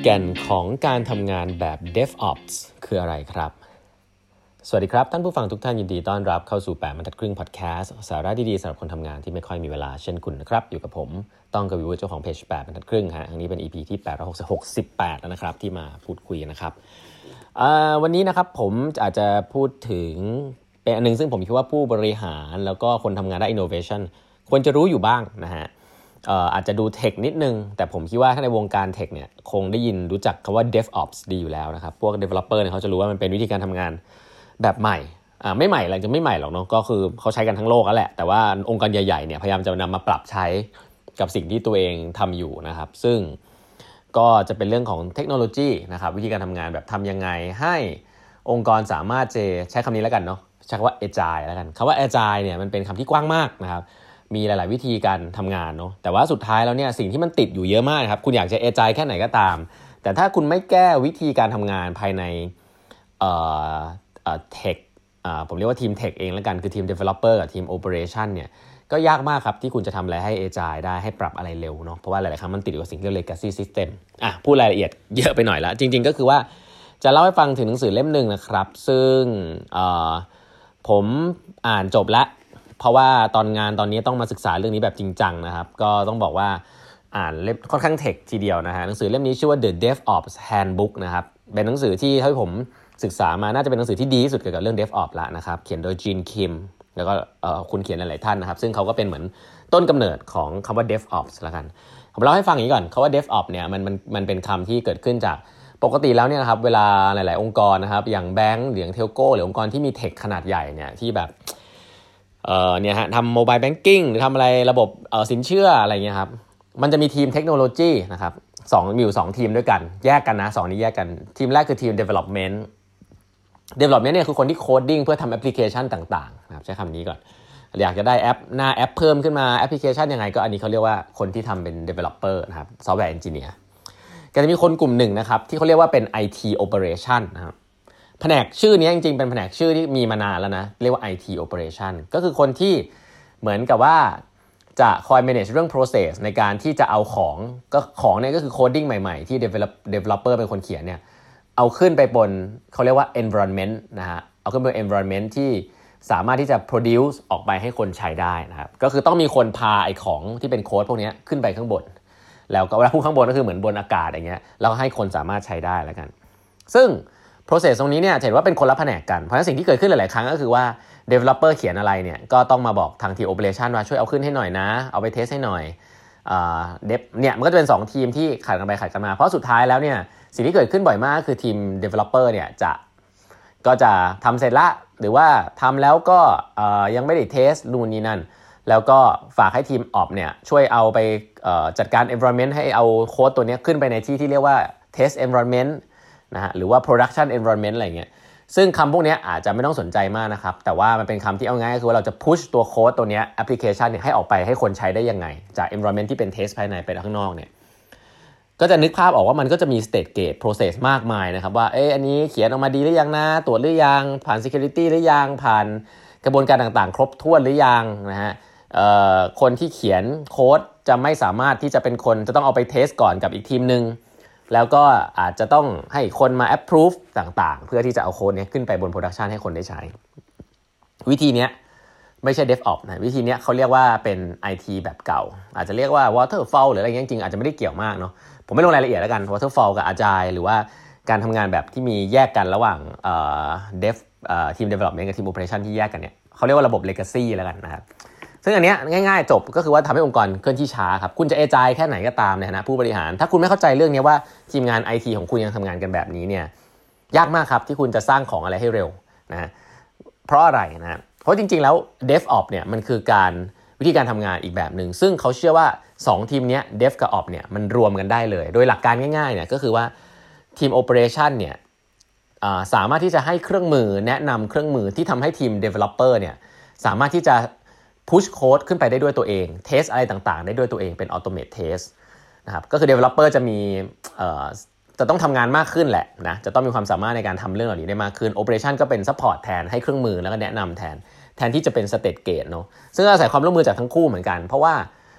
แก่นของการทำงานแบบ DevOps คืออะไรครับสวัสดีครับท่านผู้ฟังทุกท่านยินดีต้อนรับเข้าสู่8บรรทัดครึ่งพอดแคสต์สาระดีๆสำหรับคนทำงานที่ไม่ค่อยมีเวลาเช่นคุณนะครับอยู่กับผมต้องกวีวุฒิเจ้าของเพจ8บรรทัดครึ่งฮะครั้งนี้เป็น EP ที่868แล้วนะครับที่มาพูดคุยนะครับวันนี้นะครับผมอาจจะพูดถึงเป็นอันนึงซึ่งผมคิดว่าผู้บริหารแล้วก็คนทำงานด้าน innovation ควรจะรู้อยู่บ้างนะฮะอาจจะดูเทคนิดนึงแต่ผมคิดว่าถ้าในวงการเทคเนี่ยคงได้ยินรู้จักคำว่า DevOps ดีอยู่แล้วนะครับพวก developer เนี่ยเขาจะรู้ว่ามันเป็นวิธีการทำงานแบบใหม่ไม่ใหม่อะไรจะไม่ใหม่หรอกเนาะก็คือเขาใช้กันทั้งโลกแล้วแหละแต่ว่าองค์กรใหญ่ๆเนี่ยพยายามจะนำมาปรับใช้กับสิ่งที่ตัวเองทำอยู่นะครับซึ่งก็จะเป็นเรื่องของเทคโนโลยีนะครับวิธีการทำงานแบบทำยังไงให้องค์กรสามารถจะใช้คำนี้แล้วกันเนาะใช้คำว่า agile แล้วกันคำว่า agile เนี่ยมันเป็นคำที่กว้างมากนะครับมีหลายๆวิธีการทำงานเนาะแต่ว่าสุดท้ายแล้วเนี่ยสิ่งที่มันติดอยู่เยอะมากครับคุณอยากจะ agile แค่ไหนก็ตามแต่ถ้าคุณไม่แก้วิธีการทำงานภายในเทคผมเรียกว่าทีมเทคเองแล้วกันคือทีม developer กับทีม operation เนี่ยก็ยากมากครับที่คุณจะทำอะไรให้ agile ได้ให้ปรับอะไรเร็วเนาะเพราะว่าหลายๆครั้งมันติดอยู่กับสิ่งที่เรียก legacy system พูดรายละเอียดเยอะไปหน่อยละจริงๆก็คือว่าจะเล่าให้ฟังถึงหนังสือเล่มนึงนะครับซึ่งผมอ่านจบแล้วเพราะว่าตอนนี้ต้องมาศึกษาเรื่องนี้แบบจริงจังนะครับก็ต้องบอกว่าอ่านเล่มค่อนข้างเทคทีเดียวนะฮะหนังสือเล่มนี้ชื่อว่า The DevOps Handbook นะครับเป็นหนังสือที่เท่าที่ผมศึกษามาน่าจะเป็นหนังสือที่ดีที่สุดเกี่ยวกับเรื่อง DevOps ละนะครับเขียนโดยจีนคิมแล้วก็คุณเขียนหลายๆท่านนะครับซึ่งเขาก็เป็นเหมือนต้นกำเนิดของคำว่า DevOps ละกันผมเล่าให้ฟังอย่างนี้ก่อนคำว่า DevOps เนี่ยมันเป็นคำที่เกิดขึ้นจากปกติแล้วเนี่ยนะครับเวลาหลายๆองค์กรนะครับอย่างแบงก์หรืออย่างเทลโก้หรือองค์กรที่มีเทคขนาดใหญ่เนี่ยที่แบบเนี่ยฮะทำโมบายแบงกิ้งหรือทำอะไรระบบสินเชื่ออะไรเงี้ยครับมันจะมีทีมเทคโนโลยีนะครับมีอยู่2ทีมด้วยกันแยกกันนะ2นี้แยกกันทีมแรกคือทีม development เนี่ยคือคนที่โคดดิ้งเพื่อทำแอปพลิเคชันต่างๆนะครับใช้คำนี้ก่อนอยากจะได้แอปหน้าแอปเพิ่มขึ้นมาแอปพลิเคชันยังไงก็อันนี้เขาเรียกว่าคนที่ทำเป็น developer นะครับ software engineer ก็จะมีคนกลุ่มหนึ่งนะครับที่เขาเรียกว่าเป็น IT operation นะครับแผนกชื่อนี้จริงๆเป็นแผนกชื่อที่มีมานานแล้วนะเรียกว่า IT operation ก็คือคนที่เหมือนกับว่าจะคอย manage เรื่อง process ในการที่จะเอาของเนี่ยก็คือ coding ใหม่ๆที่ developer เป็นคนเขียนเนี่ยเอาขึ้นไปบนเขาเรียกว่า environment นะฮะเอาขึ้นไปบน environment ที่สามารถที่จะ produce ออกไปให้คนใช้ได้นะครับก็คือต้องมีคนพาไอ้ของที่เป็นโค้ดพวกนี้ขึ้นไปข้างบนแล้วก็เวลาพูดข้างบนก็คือเหมือนบนอากาศอย่างเงี้ยแล้วให้คนสามารถใช้ได้แล้วกันซึ่ง process ตรงนี้เนี่ยเห็นว่าเป็นคนละแผนกกันเพราะฉะนั้นสิ่งที่เกิดขึ้นหลายๆครั้งก็คือว่า developer เขียนอะไรเนี่ยก็ต้องมาบอกทางทีม operation ว่าช่วยเอาขึ้นให้หน่อยนะเอาไปเทสให้หน่อยdev เนี่ยมันก็จะเป็น2ทีมที่ขัดกันไปขัดกันมาเพราะสุดท้ายแล้วเนี่ยสิ่งที่เกิดขึ้นบ่อยมากคือทีม developer เนี่ยก็จะทำเสร็จละหรือว่าทำแล้วก็ยังไม่ได้เทสนู่นนี่นั่นแล้วก็ฝากให้ทีม Ops เนี่ยช่วยเอาไปจัดการ environment ให้เอาโค้ดตัวนี้ขึ้นไปในที่เรียกว่า test environment นะฮะหรือว่า production environment อะไรเงี้ยซึ่งคำพวกนี้อาจจะไม่ต้องสนใจมากนะครับแต่ว่ามันเป็นคำที่เอาง่ายก็คือว่าเราจะ push ตัวโค้ดตัวนี้ application เนี่ยให้ออกไปให้คนใช้ได้ยังไงจาก environment ที่เป็น test ภายในไปข้างนอกเนี่ยก็จะนึกภาพออกว่ามันก็จะมี stage gate process มากมายนะครับว่าอันนี้เขียนออกมาดีหรือยังนะตรวจหรือยังผ่าน security หรือยังผ่านกระบวนการต่างๆครบถ้วนหรือยังนะฮะคนที่เขียนโค้ดจะไม่สามารถที่จะเป็นคนจะต้องเอาไปเทสก่อนกับอีกทีมนึงแล้วก็อาจจะต้องให้คนมา approve ต่างๆเพื่อที่จะเอาโค้ดนี้ขึ้นไปบน production ให้คนได้ใช้วิธีนี้ไม่ใช่ DevOps นะวิธีนี้เขาเรียกว่าเป็น IT แบบเก่าอาจจะเรียกว่า Waterfall หรืออะไรอย่างเงี้ยจริงๆอาจจะไม่ได้เกี่ยวมากเนาะผมไม่ลงรายละเอียดแล้วกัน Waterfall กับ Agile หรือว่าการทำงานแบบที่มีแยกกันระหว่างทีม Development กับทีม Operation ที่แยกกันเนี่ยเขาเรียกว่าระบบ Legacy แล้วกันนะครับซึ่งอันเนี้ยง่ายๆจบก็คือว่าทำให้องค์กรเคลื่อนที่ช้าครับคุณจะ Agile แค่ไหนก็ตามในฐานะผู้บริหารถ้าคุณไม่เข้าใจเรื่องนี้ว่าทีมงาน IT ของคุณยังทำงานกันแบบนี้เนี่ยยากมากครับที่คุณจะสร้างของอะไรให้เร็วนะเพราะอะไรนะเพราะจริงๆแล้ว DevOps เนี่ยมันคือการวิธีการทำงานอีกแบบนึงซึ่งเขาเชื่อว่า2ทีมนี้ Dev กับ Ops เนี่ยมันรวมกันได้เลยโดยหลักการง่ายๆเนี่ยก็คือว่าทีม Operation เนี่ยสามารถที่จะให้เครื่องมือแนะนำเครื่องมือที่ทำให้ทีม Developer เนี่ยสามารถที่จะpush code ขึ้นไปได้ด้วยตัวเอง test อะไรต่างๆได้ด้วยตัวเองเป็น automate test นะครับก็คือ developer จะมีจะต้องทำงานมากขึ้นแหละนะจะต้องมีความสามารถในการทำเรื่องเหล่านี้ได้มากขึ้น operation ก็เป็น support แทนให้เครื่องมือแล้วก็แนะนำแทนที่จะเป็น state gate เนาะซึ่งอาศัยความร่วมมือจากทั้งคู่เหมือนกันเพราะว่า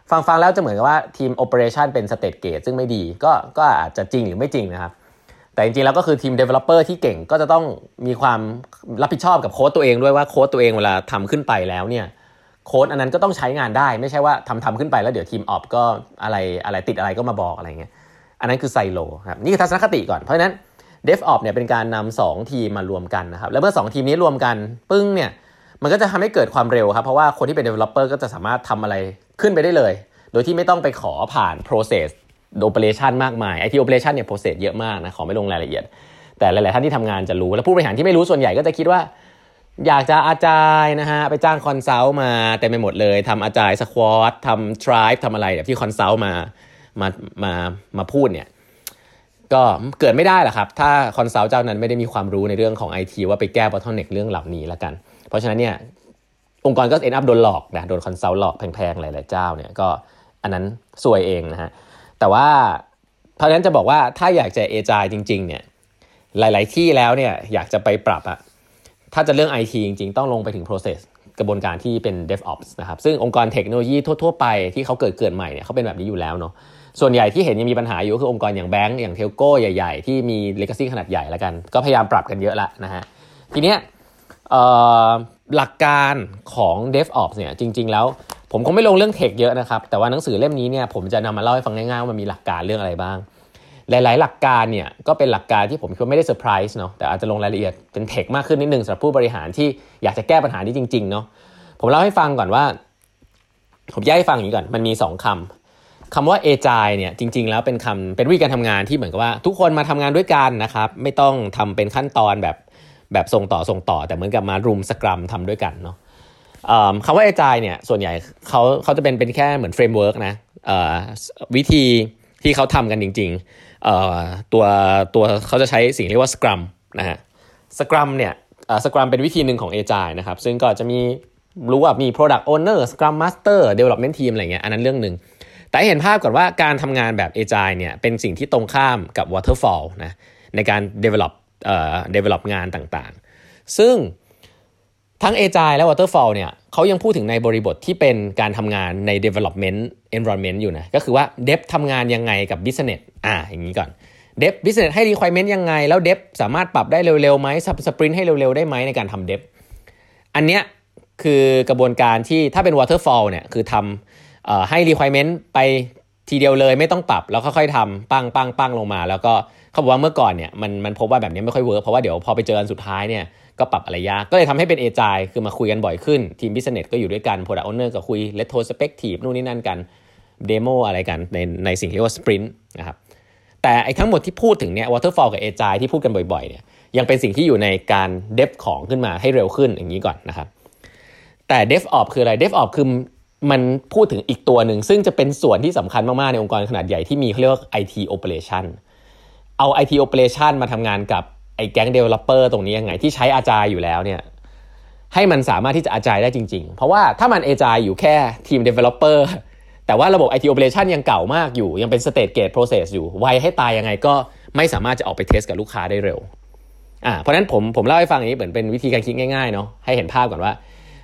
ฟังแล้วจะเหมือนกับว่าทีม Operation เป็น State Gate ซึ่งไม่ดีก็อาจจะจริงหรือไม่จริงนะครับแต่จริงๆแล้วก็คือทีม Developer ที่เก่งก็จะต้องมีความรับผิดชอบกับโค้ดตัวเองด้วยว่าโค้ดตัวเองเวลาทำขึ้นไปแล้วเนี่ยโค้ดอันนั้นก็ต้องใช้งานได้ไม่ใช่ว่าทำขึ้นไปแล้วเดี๋ยวทีมออฟก็อะไรติดอะไรก็มาบอกอะไรเงี้ยอันนั้นคือไซโลครับนี่คือทัศนคติก่อนเพราะฉะนั้น DevOps เนี่ยเป็นการนำ2ทีมมารวมกันนะครับแล้วเมื่อ2ทีมนี้รวมกันปึ้งเนี่ยมันก็จะทำให้เกิดความเร็วครับเพราะว่าคนที่เป็น Developer ก็จะสามารถทำอะไรขึ้นไปได้เลยโดยที่ไม่ต้องไปขอผ่าน process operation มากมาย IT operation เนี่ย process เยอะมากนะขอไม่ลงรายละเอียดแต่หลายๆท่านที่ทำงานจะรู้แล้วผู้บริหารที่ไม่รู้ส่วนใหญ่ก็จะคิดว่าอยากจะอาจายนะฮะไปจ้างคอนซัลท์มาเต็มไปหมดเลยทำอาจายสควอตทำทริปทำอะไรแบบที่คอนซัลท์มาพูดเนี่ยก็เกิดไม่ได้หรอกครับถ้าคอนซัลท์เจ้านั้นไม่ได้มีความรู้ในเรื่องของ IT ว่าไปแก้ bottleneck เรื่องเหล่านี้ละกันเพราะฉะนั้นเนี่ยองค์กรก็ end up โดนหลอกนะโดนคอนซัลท์หลอกแพงๆหลายๆเจ้าเนี่ยก็อันนั้นซวยเองนะฮะแต่ว่าเพราะฉะนั้นจะบอกว่าถ้าอยากจะเอจายจริงๆเนี่ยหลายๆที่แล้วเนี่ยอยากจะไปปรับอะถ้าจะเรื่อง IT จริงๆต้องลงไปถึง process กระบวนการที่เป็น DevOps นะครับซึ่งองค์กรเทคโนโลยีทั่วๆไปที่เขาเกิดใหม่เนี่ยเขาเป็นแบบนี้อยู่แล้วเนาะส่วนใหญ่ที่เห็นยังมีปัญหาอยู่ก็คือองค์กรอย่างแบงก์อย่างเทลโก้ใหญ่ๆที่มี legacy ขนาดใหญ่แล้วกันก็พยายามปรับกันเยอะละนะฮะทีเนี้ยหลักการของ DevOps เนี่ยจริงๆแล้วผมคงไม่ลงเรื่องเทคเยอะนะครับแต่ว่าหนังสือเล่มนี้เนี่ยผมจะนำมาเล่าให้ฟังง่ายๆว่ามันมีหลักการเรื่องอะไรบ้างหลายๆหลักการเนี่ยก็เป็นหลักการที่ผมคิดว่าไม่ได้เซอร์ไพรส์เนาะแต่อาจจะลงรายละเอียดเป็นเทคมากขึ้นนิดนึงสำหรับผู้บริหารที่อยากจะแก้ปัญหานี้จริงๆเนาะผมเล่าให้ฟังก่อนว่าผมแยกให้ฟังอย่างนี้ก่อนมันมี2คำว่า Agile เนี่ยจริงๆแล้วเป็นวิธีการทำงานที่เหมือนกับว่าทุกคนมาทำงานด้วยกันนะครับไม่ต้องทำเป็นขั้นตอนแบบส่งต่อแต่เหมือนกับมารุมสกรัมทำด้วยกันเนาะคำว่า Agile เนี่ยส่วนใหญ่เขาจะเป็นแค่เหมือนเฟรมเวิร์กนะวิธีที่เขาทำกันจริงๆตัวเขาจะใช้สิ่งเรียกว่า Scrum นะฮะ Scrum เนี่ย Scrum เป็นวิธีหนึ่งของ Agile นะครับซึ่งก็จะรู้ว่ามี Product Owner Scrum Master Development Team อะไรเงี้ยอันนั้นเรื่องนึงแต่ให้เห็นภาพก่อนว่าการทำงานแบบ Agile เนี่ยเป็นสิ่งที่ตรงข้ามกับ Waterfall นะในการ develop งานต่างๆซึ่งทั้ง Agile และ Waterfall เนี่ยเขายังพูดถึงในบริบทที่เป็นการทำงานใน development environment อยู่นะก็คือว่า Dev ทำงานยังไงกับ Business อย่างนี้ก่อน Dev Business ให้ requirement ยังไงแล้ว Dev สามารถปรับได้เร็วๆไหมsprint ให้เร็วๆได้ไหมในการทำ Dev อันเนี้ยคือกระบวนการที่ถ้าเป็น Waterfall เนี่ยคือทำให้ requirement ไปทีเดียวเลยไม่ต้องปรับแล้วค่อยๆทำปั้งลงมาแล้วก็เขาบอกว่าเมื่อก่อนเนี่ยมันพบว่าแบบนี้ไม่ค่อยเวิร์กเพราะว่าเดี๋ยวพอไปเจออันสุดท้ายเนี่ยก็ปรับอะไรยากก็เลยทำให้เป็น Agile คือมาคุยกันบ่อยขึ้นทีม Business ก็อยู่ด้วยกัน Product Owner ก็คุย Retrospective นู่นนี่นั่นกัน Demo อะไรกันในสิ่งที่เรียกว่า Sprint นะครับแต่ไอ้ทั้งหมดที่พูดถึงเนี่ย Waterfall กับ Agile ที่พูดกันบ่อยๆเนี่ยยังเป็นสิ่งที่อยู่ในการ Dev ของขึ้นมาให้เร็วขึ้นอย่างนี้ก่อนนะครับแต่ DevOps คืออะไร DevOps คือมันพูดถึงอีกตัวหนึ่งซึ่งจะเป็นส่วนที่สำคัญมากๆในองค์กรขนาดใหญ่ที่มีเขาเรียกว่า IT Operation เอา IT Operation มาทำงานกับไอ้แก๊ง Developer ตรงนี้ยังไงที่ใช้ Agile อยู่แล้วเนี่ยให้มันสามารถที่จะ Agile ได้จริงๆเพราะว่าถ้ามัน Agile อยู่แค่ทีม Developer แต่ว่าระบบ IT Operation ยังเก่ามากอยู่ยังเป็น State Gate Process อยู่ไวให้ตายยังไงก็ไม่สามารถจะออกไปเทสกับลูกค้าได้เร็วเพราะฉะนั้นผมเล่าให้ฟังอย่างนี้เหมือนเป็นวิธีการคิดง่ายๆเนาะให้เห็นภาพก่อนว่า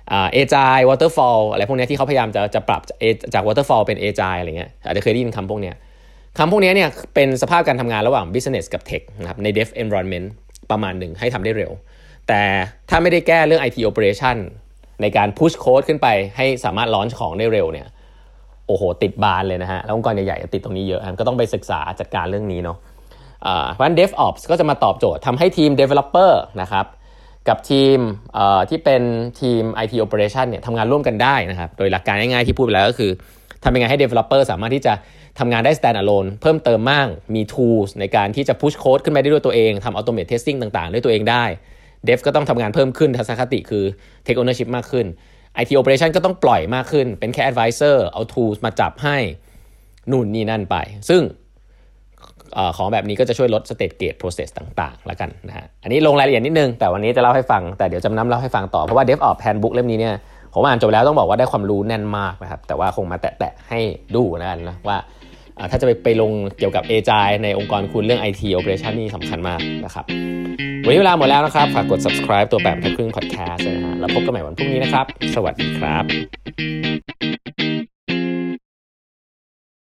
Agile Waterfall อะไรพวกนี้ที่เขาพยายามจะปรับจาก Waterfall เป็น Agile อะไรเงี้ยอาจจะเคยได้ยินคำพวกนี้เนี่ยเป็นสภาพการทำงานระหว่าง Business กับ Tech นะครับใน Dev Environment ประมาณหนึ่งให้ทำได้เร็วแต่ถ้าไม่ได้แก้เรื่อง IT Operation ในการ push code ขึ้นไปให้สามารถ launch ของได้เร็วเนี่ยโอ้โหติดบานเลยนะฮะแล้วองค์กรใหญ่ๆติดตรงนี้เยอะก็ต้องไปศึกษาจัดการเรื่องนี้เนาะเพราะฉะนั้น DevOps ก็จะมาตอบโจทย์ทำให้ทีม Developer นะครับกับทีมที่เป็นทีม IT Operation เนี่ยทำงานร่วมกันได้นะครับโดยหลักการง่ายๆที่พูดไปแล้วก็คือทำยังไงให้ Developer สามารถที่จะทำงานได้ stand alone เพิ่มเติมมากมี tools ในการที่จะ push code ขึ้นไปได้ด้วยตัวเองทำ automate testing ต่างๆด้วยตัวเองได้ Dev ก็ต้องทำงานเพิ่มขึ้นทัศนคติคือ take ownership มากขึ้น IT Operation ก็ต้องปล่อยมากขึ้นเป็นแค่ advisor เอา tools มาจับให้นู่นนี่นั่นไปซึ่งของแบบนี้ก็จะช่วยลด state gate process ต่างๆแล้วกันนะฮะอันนี้ลงรายละเอียดนิดนึงแต่วันนี้จะเล่าให้ฟังแต่เดี๋ยวจะนำเล่าให้ฟังต่อเพราะว่า DevOps Handbook เล่มนี้เนี่ยผมอ่านจบแล้วต้องบอกว่าได้ความรู้แน่นมากนะครับแต่ว่าคงมาแตะๆให้ดูนะว่าถ้าจะไปลงเกี่ยวกับ Agile ในองค์กรคุณเรื่อง IT Operation นี่สำคัญมากนะครับวันนี้เวลาหมดแล้วนะครับฝากกด subscribe ตัวแบบทักครึ่ง podcast นะฮะแล้วพบกันใหม่วันพรุ่งนี้นะครับสวัสดีครับ